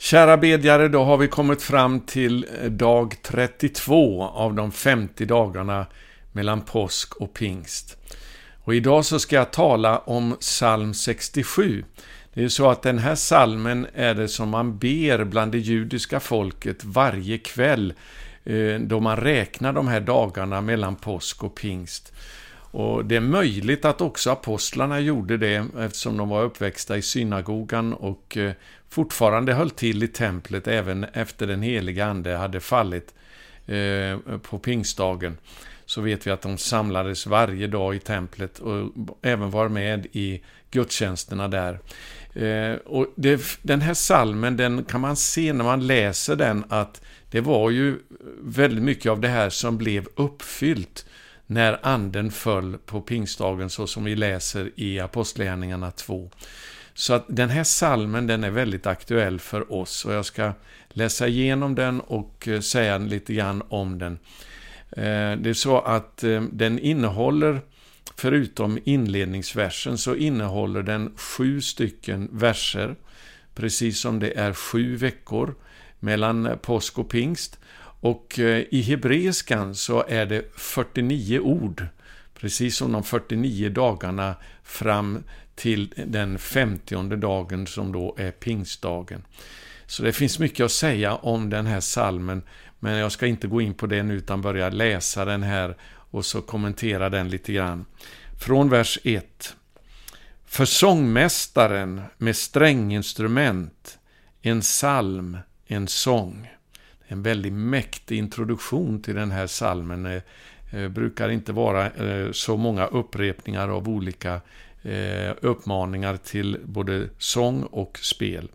Kära bedjare, då har vi kommit fram till dag 32 av de 50 dagarna mellan påsk och pingst. Och idag så ska jag tala om psalm 67. Det är så att den här psalmen är det som man ber bland det judiska folket varje kväll då man räknar de här dagarna mellan påsk och pingst. Och det är möjligt att också apostlarna gjorde det eftersom de var uppväxta i synagogan och fortfarande höll till i templet även efter den heliga ande hade fallit på pingstdagen. Så vet vi att de samlades varje dag i templet och även var med i gudstjänsterna där. Och den här psalmen, den kan man se när man läser den att det var ju väldigt mycket av det här som blev uppfyllt när anden föll på pingstdagen, så som vi läser i Apostlagärningarna 2. Så att den här psalmen, den är väldigt aktuell för oss och jag ska läsa igenom den och säga lite grann om den. Det är så att den innehåller, förutom inledningsversen, så innehåller den 7 stycken verser, precis som det är 7 veckor mellan påsk och pingst. Och i hebreiskan så är det 49 ord, precis som de 49 dagarna fram till den 50:e dagen som då är pingstdagen. Så det finns mycket att säga om den här psalmen, men jag ska inte gå in på det nu utan börja läsa den här och så kommentera den lite grann. Från vers 1. För sångmästaren med stränginstrument, en psalm, en sång. En väldigt mäktig introduktion till den här psalmen. Det brukar inte vara så många upprepningar av olika uppmaningar till både sång och spel.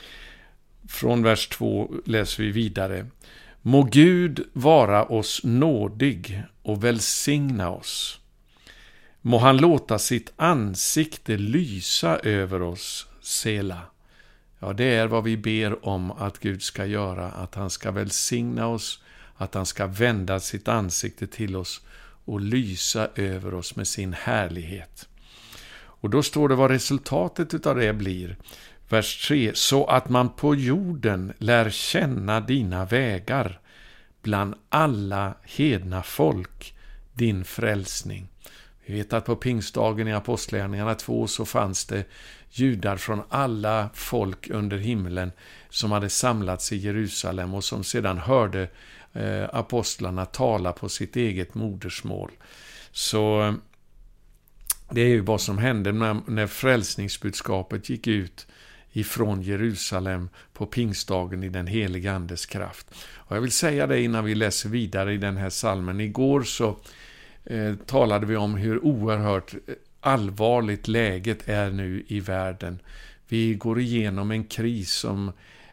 Från vers 2 läser vi vidare. Må Gud vara oss nådig och välsigna oss. Må han låta sitt ansikte lysa över oss, Sela. Ja, det är vad vi ber om att Gud ska göra, att han ska välsigna oss, att han ska vända sitt ansikte till oss och lysa över oss med sin härlighet. Och då står det vad resultatet av det blir. Vers 3. Så att man på jorden lär känna dina vägar, bland alla hedna folk din frälsning. Vi vet att på pingstdagen i Apostlagärningarna 2 så fanns det judar från alla folk under himlen som hade samlats i Jerusalem och som sedan hörde apostlarna tala på sitt eget modersmål. Så det är ju vad som hände när frälsningsbudskapet gick ut ifrån Jerusalem på pingstdagen i den heliga andes kraft. Och jag vill säga det innan vi läser vidare i den här psalmen. Igår så talade vi om hur oerhört allvarligt läget är nu i världen. Vi går igenom en kris som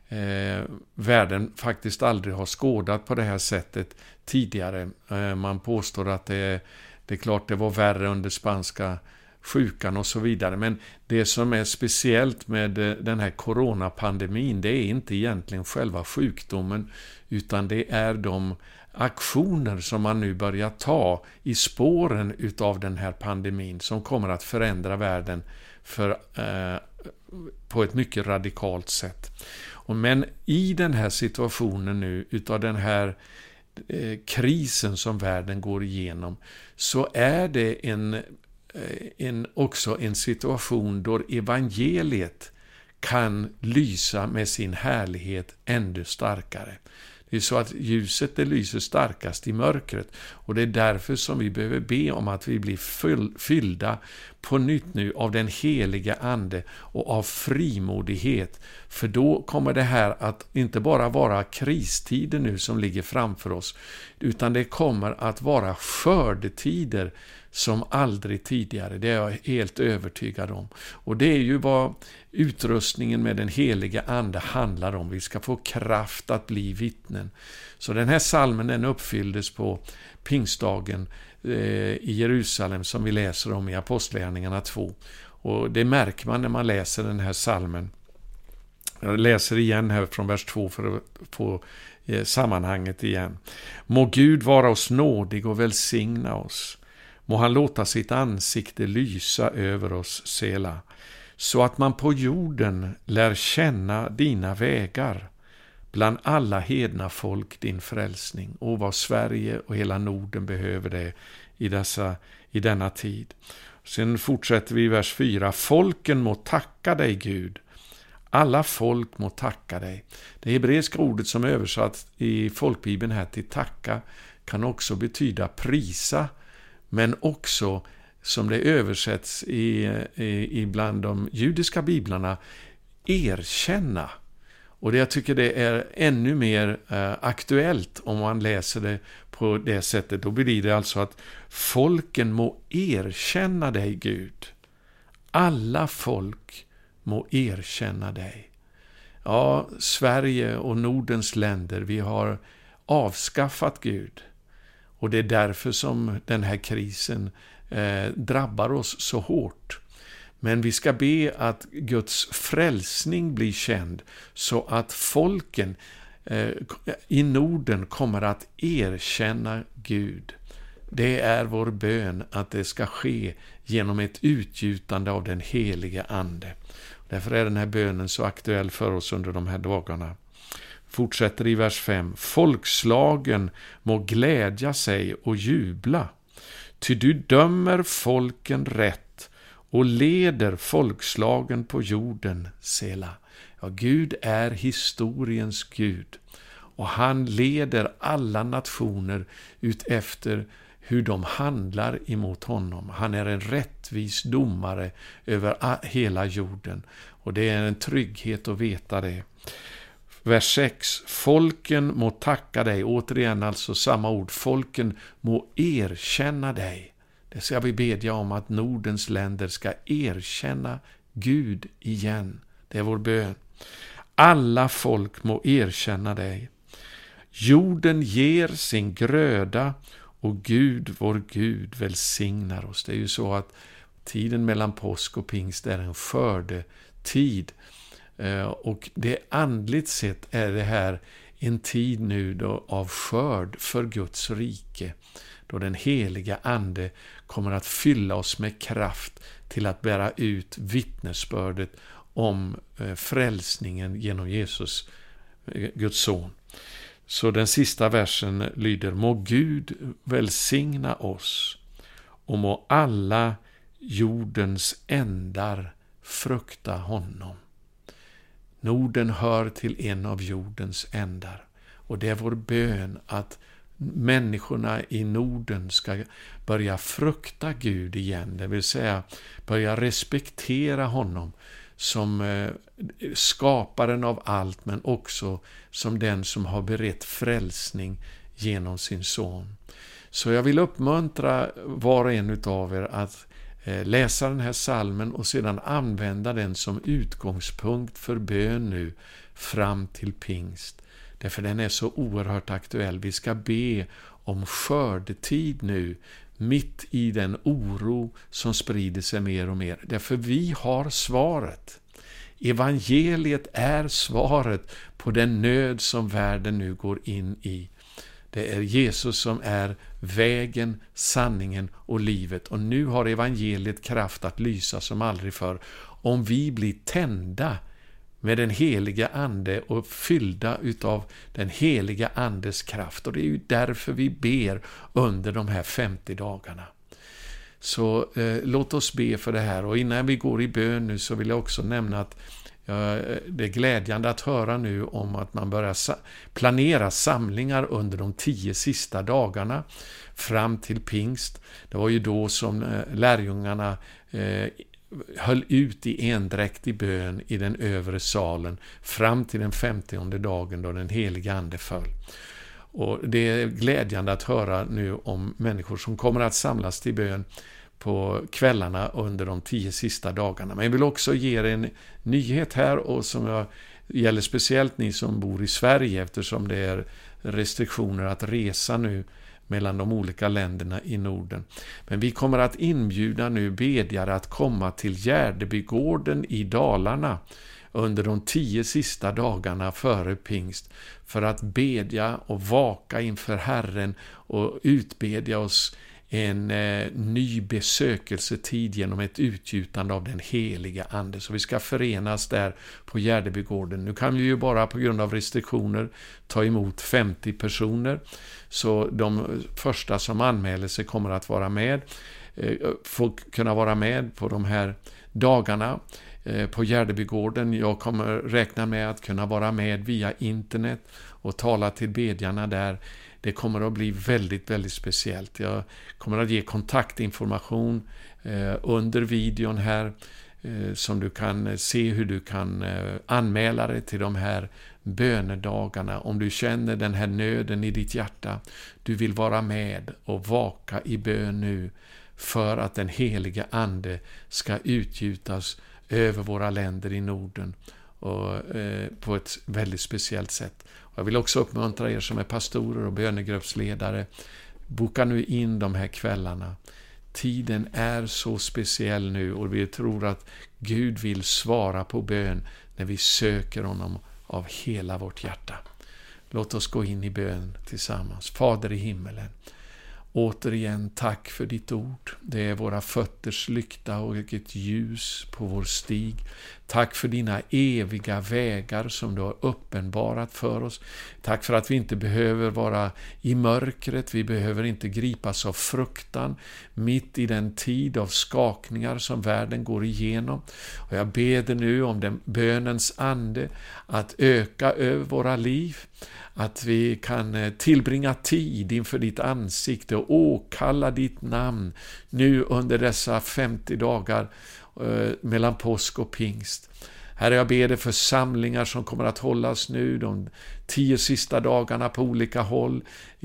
världen faktiskt aldrig har skådat på det här sättet tidigare. Man påstår att det är klart det var värre under spanska sjukan och så vidare. Men det som är speciellt med den här coronapandemin, det är inte egentligen själva sjukdomen, utan det är de aktioner som man nu börjar ta i spåren utav den här pandemin som kommer att förändra världen på ett mycket radikalt sätt. Men i den här situationen nu utav den här krisen som världen går igenom, så är det också en situation då evangeliet kan lysa med sin härlighet ännu starkare. Det är så att ljuset det lyser starkast i mörkret, och det är därför som vi behöver be om att vi blir fyllda på nytt nu av den heliga ande och av frimodighet, för då kommer det här att inte bara vara kristider nu som ligger framför oss, utan det kommer att vara skördetider som aldrig tidigare. Det är jag helt övertygad om. Och det är ju vad utrustningen med den heliga ande handlar om. Vi ska få kraft att bli vittnen. Så den här psalmen den uppfylldes på pingstdagen i Jerusalem som vi läser om i Apostlagärningarna 2. Och det märker man när man läser den här psalmen. Jag läser igen här från vers 2 för att få sammanhanget igen. Må Gud vara oss nådig och välsigna oss. Må han låta sitt ansikte lysa över oss, Sela. så att man på jorden lär känna dina vägar, bland alla hedna folk din frälsning. Och vad Sverige och hela Norden behöver det i denna tid. Sen fortsätter vi i vers 4. Folken må tacka dig, Gud. Alla folk må tacka dig. Det hebreiska ordet som är översatt i folkbibeln här till tacka kan också betyda prisa, men också som det översätts i bland de judiska biblarna, erkänna. Och jag tycker det är ännu mer aktuellt om man läser det på det sättet. Då blir det alltså att folken må erkänna dig, Gud. Alla folk må erkänna dig. Ja, Sverige och Nordens länder, vi har avskaffat Gud. Och det är därför som den här krisen drabbar oss så hårt. Men vi ska be att Guds frälsning blir känd, så att folken i Norden kommer att erkänna Gud. Det är vår bön att det ska ske genom ett utgjutande av den helige ande. Därför är den här bönen så aktuell för oss under de här dagarna. Fortsätter i vers 5. Folkslagen må glädja sig och jubla, ty du dömer folken rätt och leder folkslagen på jorden, Sela. Ja, Gud är historiens Gud, och han leder alla nationer ut efter hur de handlar emot honom. Han är en rättvis domare över hela jorden, och det är en trygghet att veta det. Vers 6. Folken må tacka dig. Återigen alltså samma ord. Folken må erkänna dig. Det ska vi bedja om, att Nordens länder ska erkänna Gud igen. Det är vår bön. Alla folk må erkänna dig. Jorden ger sin gröda, och Gud, vår Gud, välsignar oss. Det är ju så att tiden mellan påsk och pingst är en skördetid. Och det andligt sett är det här en tid nu då av skörd för Guds rike, då den heliga ande kommer att fylla oss med kraft till att bära ut vittnesbördet om frälsningen genom Jesus, Guds son. Så den sista versen lyder: må Gud välsigna oss, och må alla jordens ändar frukta honom. Norden hör till en av jordens ändar, och det är vår bön att människorna i Norden ska börja frukta Gud igen, det vill säga börja respektera honom som skaparen av allt, men också som den som har berett frälsning genom sin son. Så jag vill uppmuntra var och en utav er att läsa den här salmen och sedan använda den som utgångspunkt för bön nu fram till pingst. Därför den är så oerhört aktuell. Vi ska be om skördetid nu, mitt i den oro som sprider sig mer och mer. Därför vi har svaret. Evangeliet är svaret på den nöd som världen nu går in i. Det är Jesus som är vägen, sanningen och livet. Och nu har evangeliet kraft att lysa som aldrig förr. Om vi blir tända med den heliga ande och fyllda utav den heliga andes kraft. Och det är ju därför vi ber under de här 50 dagarna. Så låt oss be för det här. Och innan vi går i bön nu så vill jag också nämna att det är glädjande att höra nu om att man börjar planera samlingar under de 10 sista dagarna fram till pingst. Det var ju då som lärjungarna höll ut i endräkt i bön i den övre salen fram till den 50:e dagen då den heliga ande föll. Och det är glädjande att höra nu om människor som kommer att samlas till bön på kvällarna under de 10 sista dagarna. Men jag vill också ge er en nyhet här, och som gäller speciellt ni som bor i Sverige, eftersom det är restriktioner att resa nu mellan de olika länderna i Norden. Men vi kommer att inbjuda nu bedjare att komma till Gärdebygården i Dalarna under de 10 sista dagarna före pingst för att bedja och vaka inför Herren och utbedja oss en ny besökelsetid genom ett utgjutande av den heliga ande. Så vi ska förenas där på Gärdebygården. Nu kan vi ju bara på grund av restriktioner ta emot 50 personer. Så de första som anmäler sig kommer att vara med. Får kunna vara med på de här dagarna på Gärdebygården. Jag kommer räkna med att kunna vara med via internet och tala till bedjarna där. Det kommer att bli väldigt, väldigt speciellt. Jag kommer att ge kontaktinformation under videon här som du kan se hur du kan anmäla dig till de här bönedagarna. Om du känner den här nöden i ditt hjärta, du vill vara med och vaka i bön nu för att den heliga ande ska utgjutas över våra länder i Norden och på ett väldigt speciellt sätt. Jag vill också uppmuntra er som är pastorer och bönegruppsledare. Boka nu in de här kvällarna. Tiden är så speciell nu och vi tror att Gud vill svara på bön när vi söker honom av hela vårt hjärta. Låt oss gå in i bön tillsammans. Fader i himmelen, återigen tack för ditt ord. Det är våra fötters lykta och ett ljus på vår stig. Tack för dina eviga vägar som du har uppenbarat för oss. Tack för att vi inte behöver vara i mörkret. Vi behöver inte gripas av fruktan mitt i den tid av skakningar som världen går igenom. Och jag ber nu om den bönens ande att öka över våra liv. Att vi kan tillbringa tid inför ditt ansikte och åkalla ditt namn nu under dessa 50 dagar mellan påsk och pingst. Herre, jag ber dig för samlingar som kommer att hållas nu de 10 sista dagarna på olika håll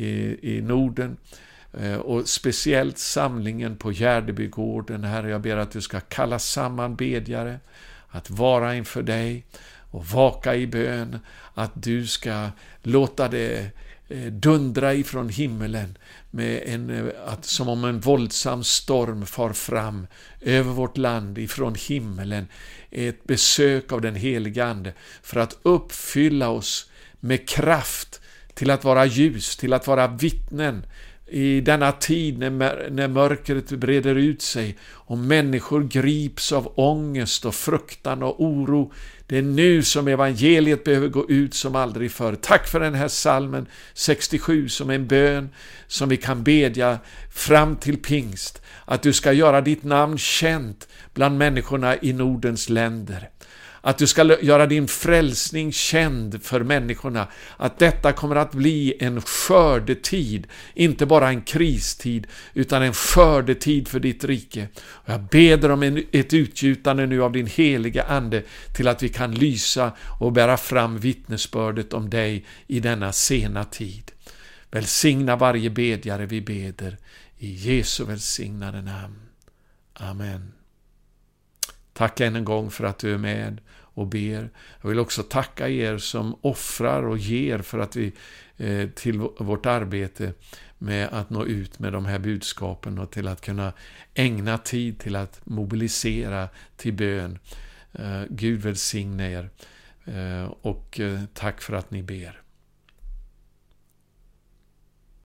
i Norden. Och speciellt samlingen på Gärdebygården. Herre, jag ber att du ska kalla samman bedjare att vara inför dig och vaka i bön, att du ska låta det dundra ifrån himmelen med som om en våldsam storm far fram över vårt land ifrån himmelen. Ett besök av den heliga ande för att uppfylla oss med kraft till att vara ljus, till att vara vittnen i denna tid när mörkret breder ut sig och människor grips av ångest och fruktan och oro. Det är nu som evangeliet behöver gå ut som aldrig förr. Tack för den här psalmen 67 som en bön som vi kan bedja fram till pingst. Att du ska göra ditt namn känt bland människorna i Nordens länder. Att du ska göra din frälsning känd för människorna. Att detta kommer att bli en skördetid. Inte bara en kristid utan en skördetid för ditt rike. Och jag ber om ett utgjutande nu av din heliga ande till att vi kan lysa och bära fram vittnesbördet om dig i denna sena tid. Välsigna varje bedjare vi beder. I Jesu välsignade namn. Amen. Tack än en gång för att du är med och ber. Jag vill också tacka er som offrar och ger för att vi till vårt arbete med att nå ut med de här budskapen och till att kunna ägna tid till att mobilisera till bön. Gud välsigne er och tack för att ni ber.